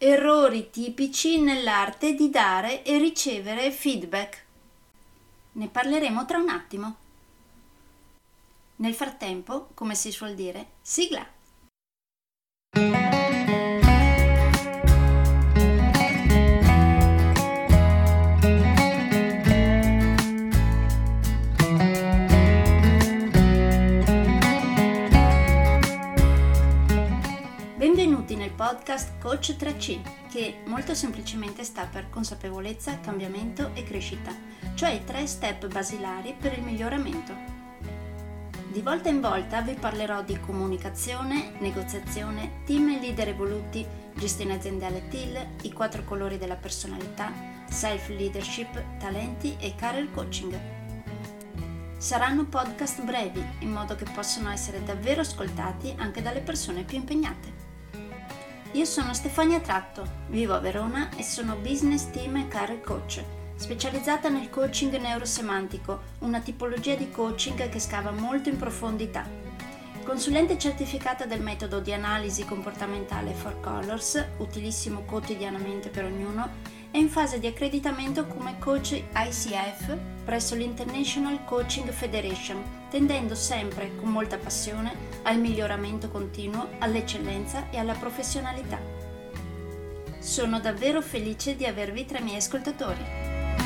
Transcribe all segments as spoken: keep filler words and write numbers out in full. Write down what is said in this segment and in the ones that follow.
Errori tipici nell'arte di dare e ricevere feedback. Ne parleremo tra un attimo. Nel frattempo, come si suol dire, sigla! Benvenuti nel podcast Coach tre C, che molto semplicemente sta per consapevolezza, cambiamento e crescita, cioè i tre step basilari per il miglioramento. Di volta in volta vi parlerò di comunicazione, negoziazione, team e leader evoluti, gestione aziendale T I L, i quattro colori della personalità, self-leadership, talenti e career coaching. Saranno podcast brevi, in modo che possano essere davvero ascoltati anche dalle persone più impegnate. Io sono Stefania Tratto, vivo a Verona e sono business team e career coach, specializzata nel coaching neurosemantico, una tipologia di coaching che scava molto in profondità. Consulente certificata del metodo di analisi comportamentale Four Colors, utilissimo quotidianamente per ognuno, e in fase di accreditamento come coach I C F presso l'International Coaching Federation, tendendo sempre con molta passione al miglioramento continuo, all'eccellenza e alla professionalità. Sono davvero felice di avervi tra i miei ascoltatori.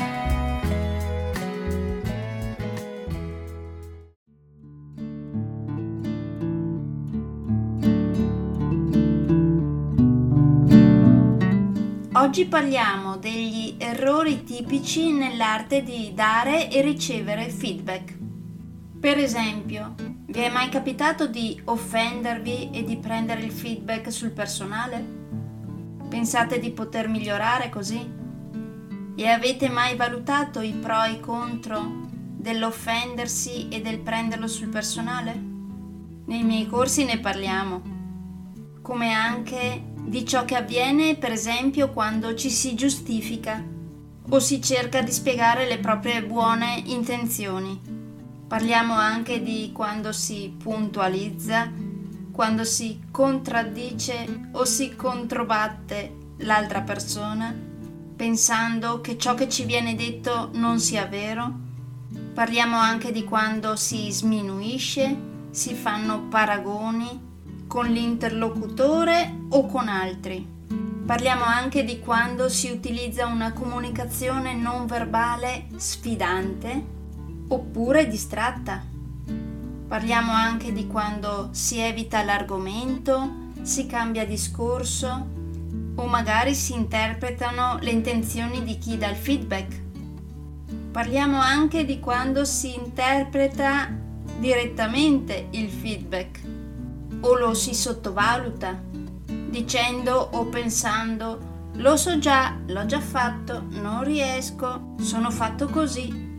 Oggi parliamo degli errori tipici nell'arte di dare e ricevere feedback. Per esempio, vi è mai capitato di offendervi e di prendere il feedback sul personale? Pensate di poter migliorare così? E avete mai valutato i pro e i contro dell'offendersi e del prenderlo sul personale? Nei miei corsi ne parliamo, come anche di ciò che avviene, per esempio, quando ci si giustifica o si cerca di spiegare le proprie buone intenzioni. Parliamo anche di quando si puntualizza, quando si contraddice o si controbatte l'altra persona, pensando che ciò che ci viene detto non sia vero. Parliamo anche di quando si sminuisce, si fanno paragoni con l'interlocutore o con altri. Parliamo anche di quando si utilizza una comunicazione non verbale sfidante oppure distratta. Parliamo anche di quando si evita l'argomento, si cambia discorso o magari si interpretano le intenzioni di chi dà il feedback. Parliamo anche di quando si interpreta direttamente il feedback o lo si sottovaluta, dicendo o pensando lo so già, l'ho già fatto, non riesco, sono fatto così.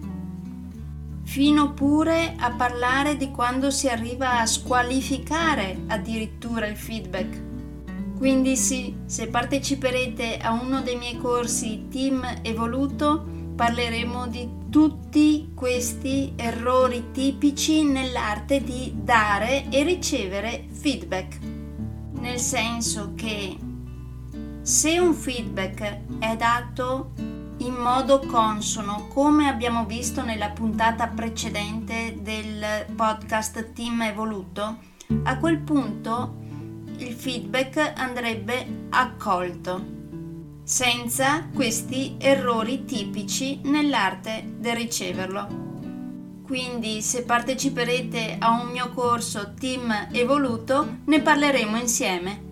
Fino pure a parlare di quando si arriva a squalificare addirittura il feedback. Quindi sì, se parteciperete a uno dei miei corsi Team Evoluto, parleremo di tutti questi errori tipici nell'arte di dare e ricevere feedback. Nel senso che se un feedback è dato in modo consono, come abbiamo visto nella puntata precedente del podcast Team Evoluto, a quel punto il feedback andrebbe accolto, senza questi errori tipici nell'arte del riceverlo. Quindi se parteciperete a un mio corso Team Evoluto ne parleremo insieme.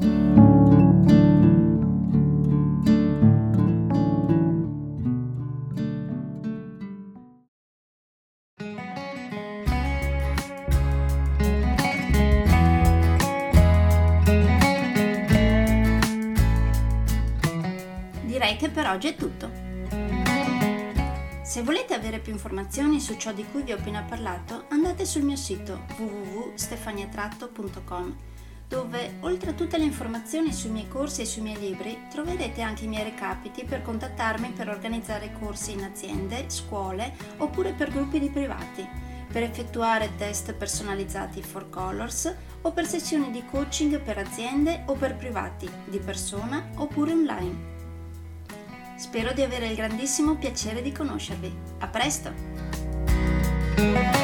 Direi che per oggi è tutto. Se volete avere più informazioni su ciò di cui vi ho appena parlato, andate sul mio sito w w w punto stefania tratto punto com, dove oltre a tutte le informazioni sui miei corsi e sui miei libri troverete anche i miei recapiti per contattarmi per organizzare corsi in aziende, scuole oppure per gruppi di privati. per effettuare test personalizzati for Colors o per sessioni di coaching per aziende o per privati, di persona oppure online. Spero di avere il grandissimo piacere di conoscervi. A presto!